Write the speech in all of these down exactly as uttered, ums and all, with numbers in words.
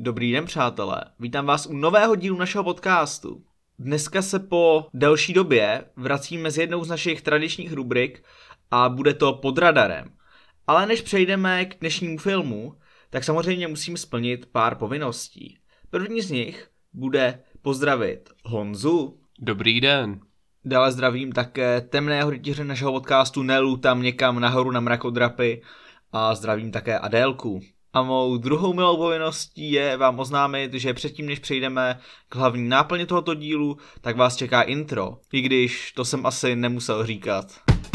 Dobrý den, přátelé. Vítám vás u nového dílu našeho podcastu. Dneska se po delší době vracíme z jednou z našich tradičních rubrik a bude to Pod radarem. Ale než přejdeme k dnešnímu filmu, tak samozřejmě musím splnit pár povinností. První z nich bude pozdravit Honzu. Dobrý den. Dále zdravím také temného rytíře našeho podcastu Nelu tam někam nahoru na mrakodrapy a zdravím také Adélku. A mou druhou milou povinností je vám oznámit, že předtím, než přejdeme k hlavní náplni tohoto dílu, tak vás čeká intro, i když to jsem asi nemusel říkat.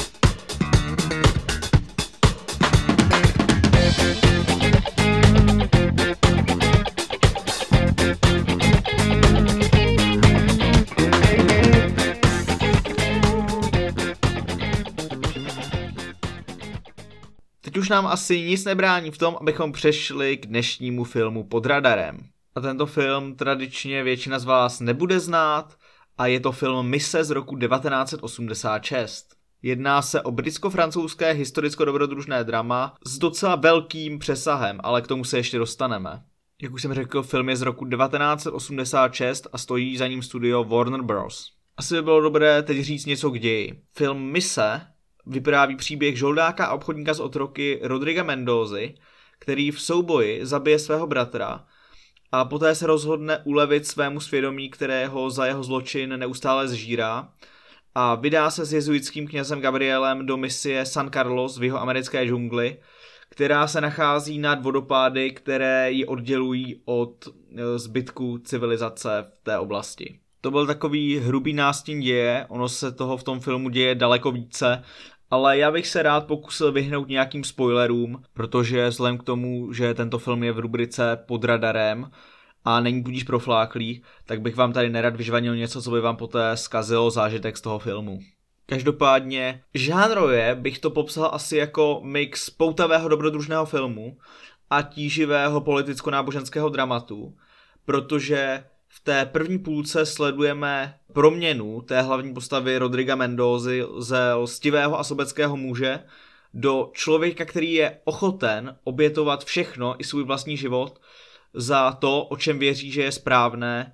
Teď už nám asi nic nebrání v tom, abychom přešli k dnešnímu filmu Pod radarem. A tento film tradičně většina z vás nebude znát a je to film Mise z roku devatenáct set osmdesát šest. Jedná se o britsko-francouzské historicko-dobrodružné drama s docela velkým přesahem, ale k tomu se ještě dostaneme. Jak už jsem řekl, film je z roku devatenáct set osmdesát šest a stojí za ním studio Warner Bros. Asi by bylo dobré teď říct něco k ději. Film Mise vypráví příběh žoldáka a obchodníka z otroky Rodriga Mendózy, který v souboji zabije svého bratra a poté se rozhodne ulevit svému svědomí, které ho za jeho zločin neustále zžírá, a vydá se s jezuitským knězem Gabrielem do misie San Carlos v jeho americké džungli, která se nachází nad vodopády, které ji oddělují od zbytku civilizace v té oblasti. To byl takový hrubý nástin děje, ono se toho v tom filmu děje daleko více, ale já bych se rád pokusil vyhnout nějakým spoilerům, protože vzhledem k tomu, že tento film je v rubrice Pod radarem a není tudíž profláklý, tak bych vám tady nerad vyžvanil něco, co by vám poté zkazilo zážitek z toho filmu. Každopádně, žánrově bych to popsal asi jako mix poutavého dobrodružného filmu a tíživého politicko-náboženského dramatu, protože v té první půlce sledujeme proměnu té hlavní postavy Rodriga Mendózy ze lstivého a sobeckého muže do člověka, který je ochoten obětovat všechno i svůj vlastní život za to, o čem věří, že je správné,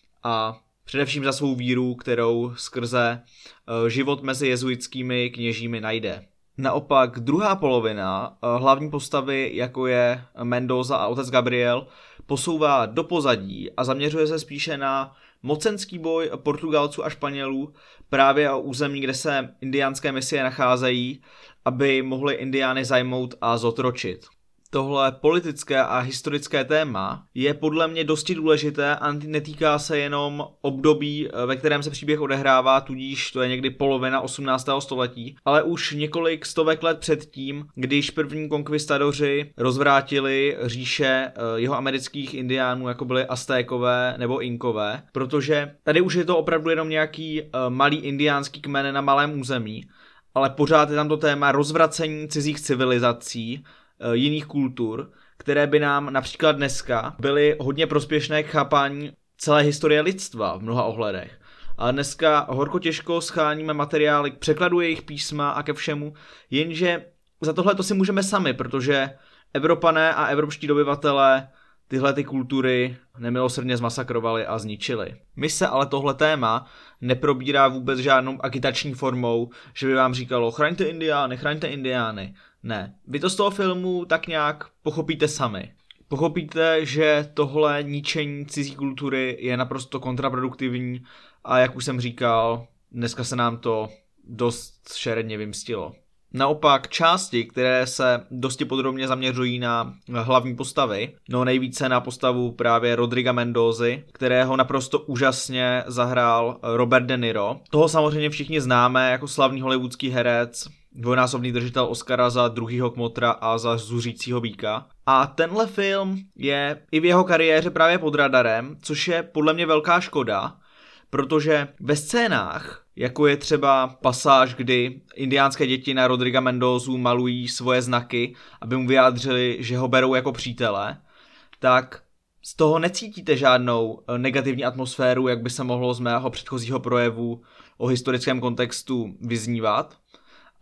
a především za svou víru, kterou skrze život mezi jezuitskými kněžími najde. Naopak druhá polovina hlavní postavy, jako je Mendóza a otec Gabriel, posouvá do pozadí a zaměřuje se spíše na mocenský boj Portugalců a Španělů právě o území, kde se indiánské misie nacházejí, aby mohli Indiány zajmout a zotročit. Tohle politické a historické téma je podle mě dosti důležité a netýká se jenom období, ve kterém se příběh odehrává, tudíž to je někdy polovina osmnáctého století, ale už několik stovek let předtím, když první konkvistadoři rozvrátili říše jeho amerických indiánů, jako byly Aztékové nebo Inkové, protože tady už je to opravdu jenom nějaký malý indiánský kmen na malém území, ale pořád je tam to téma rozvracení cizích civilizací, jiných kultur, které by nám například dneska byly hodně prospěšné k chápání celé historie lidstva v mnoha ohledech. A dneska horko těžko scháníme materiály k překladu jejich písma a ke všemu, jenže za tohle to si můžeme sami, protože Evropané a evropští dobyvatelé tyhle ty kultury nemilosrdně zmasakrovali a zničili. Mise ale tohle téma neprobírá vůbec žádnou agitační formou, že by vám říkalo chraňte indiány, chraňte indiány. Ne, vy to z toho filmu tak nějak pochopíte sami. Pochopíte, že tohle ničení cizí kultury je naprosto kontraproduktivní a jak už jsem říkal, dneska se nám to dost šeredně vymstilo. Naopak části, které se dosti podrobně zaměřují na hlavní postavy, no nejvíce na postavu právě Rodriga Mendózy, kterého naprosto úžasně zahrál Robert De Niro. Toho samozřejmě všichni známe jako slavný hollywoodský herec, dvojnásobný držitel Oscara za Druhýho kmotra a za Zuřícího býka. A tenhle film je i v jeho kariéře právě pod radarem, což je podle mě velká škoda, protože ve scénách, jako je třeba pasáž, kdy indiánské děti na Rodriga Mendózu malují svoje znaky, aby mu vyjádřili, že ho berou jako přítele, tak z toho necítíte žádnou negativní atmosféru, jak by se mohlo z mého předchozího projevu o historickém kontextu vyznívat.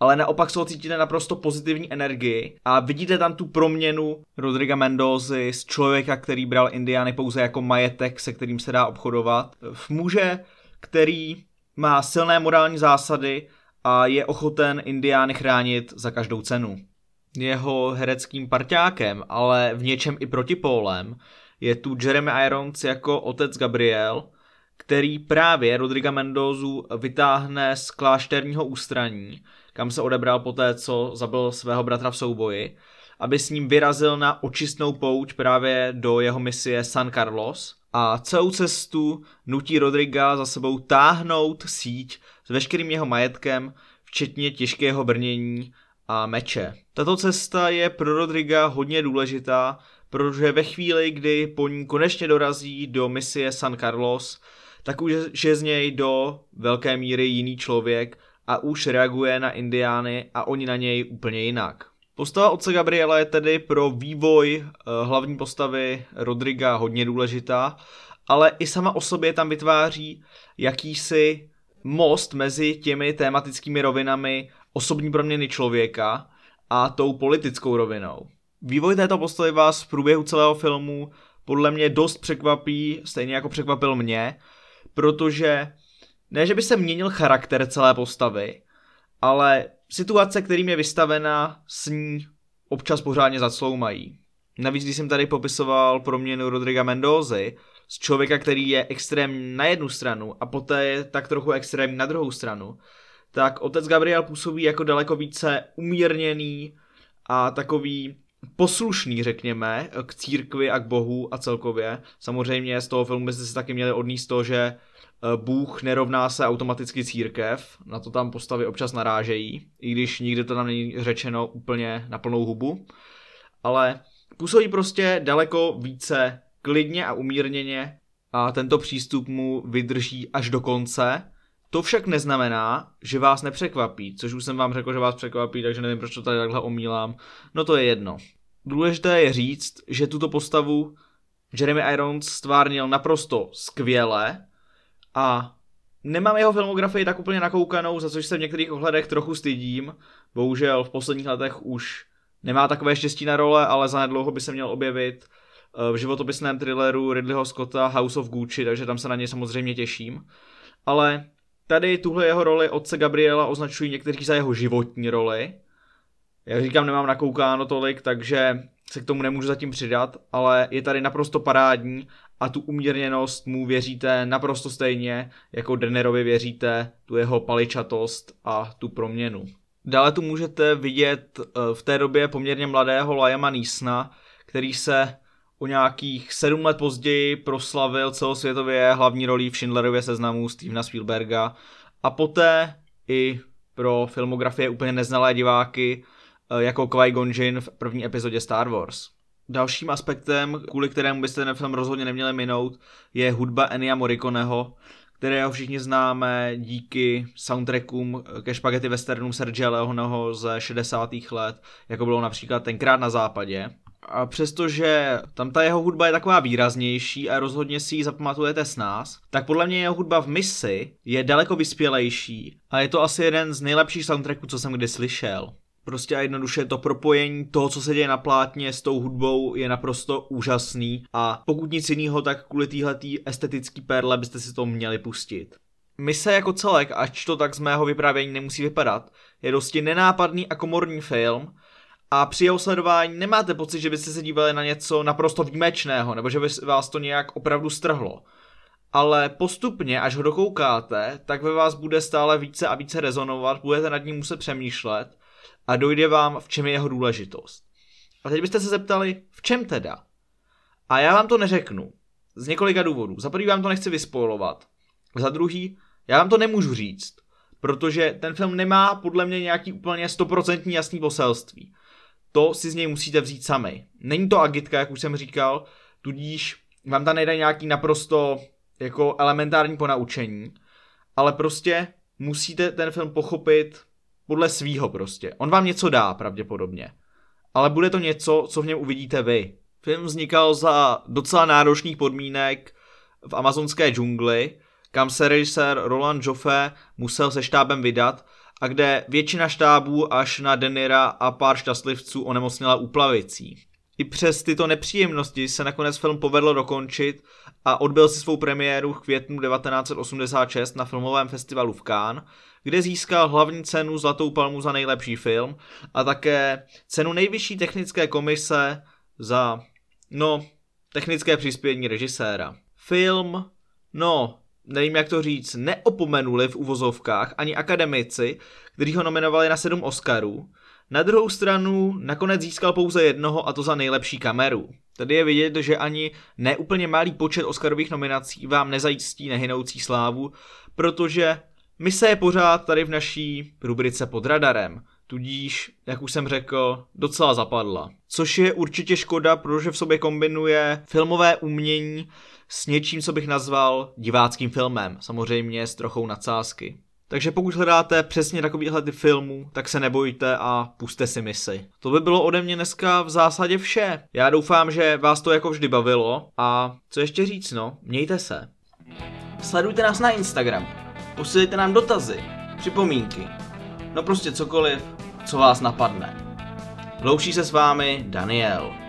ale naopak z toho cítíte naprosto pozitivní energii a vidíte tam tu proměnu Rodriga Mendozy z člověka, který bral Indiány pouze jako majetek, se kterým se dá obchodovat, v muže, který má silné morální zásady a je ochoten Indiány chránit za každou cenu. Jeho hereckým parťákem, ale v něčem i protipólem, je tu Jeremy Irons jako otec Gabriel, který právě Rodriga Mendozu vytáhne z klášterního ústraní, kam se odebral poté, co zabil svého bratra v souboji, aby s ním vyrazil na očistnou pouť právě do jeho misie San Carlos a celou cestu nutí Rodriga za sebou táhnout síť s veškerým jeho majetkem, včetně těžkého brnění a meče. Tato cesta je pro Rodriga hodně důležitá, protože ve chvíli, kdy po ní konečně dorazí do misie San Carlos, tak už je z něj do velké míry jiný člověk a už reaguje na Indiány a oni na něj úplně jinak. Postava otce Gabriela je tedy pro vývoj eh, hlavní postavy Rodriga hodně důležitá, ale i sama o sobě tam vytváří jakýsi most mezi těmi tématickými rovinami osobní proměny člověka a tou politickou rovinou. Vývoj této postavy vás v průběhu celého filmu podle mě dost překvapí, stejně jako překvapil mě, protože ne, že by se měnil charakter celé postavy, ale situace, kterým je vystavena, s ní občas pořádně zacloumají. Navíc, když jsem tady popisoval proměnu Rodriga Mendozy z člověka, který je extrémní na jednu stranu a poté je tak trochu extrémní na druhou stranu, tak otec Gabriel působí jako daleko více umírněný a takový poslušný, řekněme, k církvi a k Bohu a celkově. Samozřejmě z toho filmu byste si taky měli odníst to, že Bůh nerovná se automaticky církev, na to tam postavy občas narážejí, i když nikdy to tam není řečeno úplně na plnou hubu, ale působí prostě daleko více klidně a umírněně a tento přístup mu vydrží až do konce. To však neznamená, že vás nepřekvapí, což už jsem vám řekl, že vás překvapí, takže nevím, proč to tady takhle omílám. No to je jedno. Důležité je říct, že tuto postavu Jeremy Irons stvárnil naprosto skvěle a nemám jeho filmografii tak úplně nakoukanou, za což se v některých ohledech trochu stydím. Bohužel v posledních letech už nemá takové štěstí na role, ale zanedlouho by se měl objevit v životopisném thrilleru Ridleyho Scotta House of Gucci, takže tam se na něj samozřejmě těším. Ale tady tuhle jeho roli otce Gabriela označují někteří za jeho životní roli. Jak říkám, nemám nakoukáno tolik, takže se k tomu nemůžu zatím přidat, ale je tady naprosto parádní a tu umírněnost mu věříte naprosto stejně, jako Dennerovi věříte tu jeho paličatost a tu proměnu. Dále tu můžete vidět v té době poměrně mladého Liama Neesona, který se o nějakých sedm let později proslavil celosvětově hlavní rolí v Schindlerově seznamu Stevena Spielberga a poté i pro filmografie úplně neznalé diváky jako Qui-Gon Jinn v první epizodě Star Wars. Dalším aspektem, kvůli kterému byste ten film rozhodně neměli minout, je hudba Ennia Morriconeho, kterého všichni známe díky soundtrackům ke špagety westernům Sergia Leoneho ze šedesátých let, jako bylo například Tenkrát na západě. A přestože tam ta jeho hudba je taková výraznější a rozhodně si ji zapamatujete s nás, tak podle mě jeho hudba v Misi je daleko vyspělejší a je to asi jeden z nejlepších soundtracků, co jsem kdy slyšel. Prostě a jednoduše to propojení toho, co se děje na plátně s tou hudbou je naprosto úžasný a pokud nic jiného, tak kvůli téhletý estetický perle byste si to měli pustit. Mise jako celek, ač to tak z mého vyprávění nemusí vypadat, je dosti nenápadný a komorní film a při jeho sledování nemáte pocit, že byste se dívali na něco naprosto výjimečného nebo že by vás to nějak opravdu strhlo. Ale postupně, až ho dokoukáte, tak ve vás bude stále více a více rezonovat, budete nad ním muset přemýšlet a dojde vám, v čem je jeho důležitost. A teď byste se zeptali, v čem teda? A já vám to neřeknu. Z několika důvodů. Za prvý vám to nechci vyspoilovat. Za druhý, já vám to nemůžu říct, protože ten film nemá podle mě nějaký úplně stoprocentní jasný poselství. To si z něj musíte vzít sami. Není to agitka, jak už jsem říkal, tudíž vám tam nejde nějaký naprosto jako elementární ponaučení, ale prostě musíte ten film pochopit podle svýho prostě. On vám něco dá pravděpodobně, ale bude to něco, co v něm uvidíte vy. Film vznikal za docela náročných podmínek v amazonské džungli, kam se režisér Roland Joffe musel se štábem vydat a kde většina štábů až na Denira a pár šťastlivců onemocněla úplavicí. I přes tyto nepříjemnosti se nakonec film povedlo dokončit a odbyl si svou premiéru v květnu devatenáct set osmdesát šest na filmovém festivalu v Cannes, kde získal hlavní cenu Zlatou palmu za nejlepší film a také cenu nejvyšší technické komise za, no, technické přispění režiséra. Film, no, nevím jak to říct, neopomenuli v uvozovkách ani akademici, kteří ho nominovali na sedm Oscarů. Na druhou stranu nakonec získal pouze jednoho, a to za nejlepší kameru. Tady je vidět, že ani neúplně malý počet Oscarových nominací vám nezajistí nehynoucí slávu, protože mise je pořád tady v naší rubrice Pod radarem, tudíž, jak už jsem řekl, docela zapadla. Což je určitě škoda, protože v sobě kombinuje filmové umění s něčím, co bych nazval diváckým filmem, samozřejmě s trochou nadsázky. Takže pokud hledáte přesně takovýhle ty filmů, tak se nebojte a pusťte si misi. To by bylo ode mě dneska v zásadě vše. Já doufám, že vás to jako vždy bavilo a co ještě říct, no, mějte se. Sledujte nás na Instagramu, posílejte nám dotazy, připomínky, no prostě cokoliv, co vás napadne. Loučí se s vámi Daniel.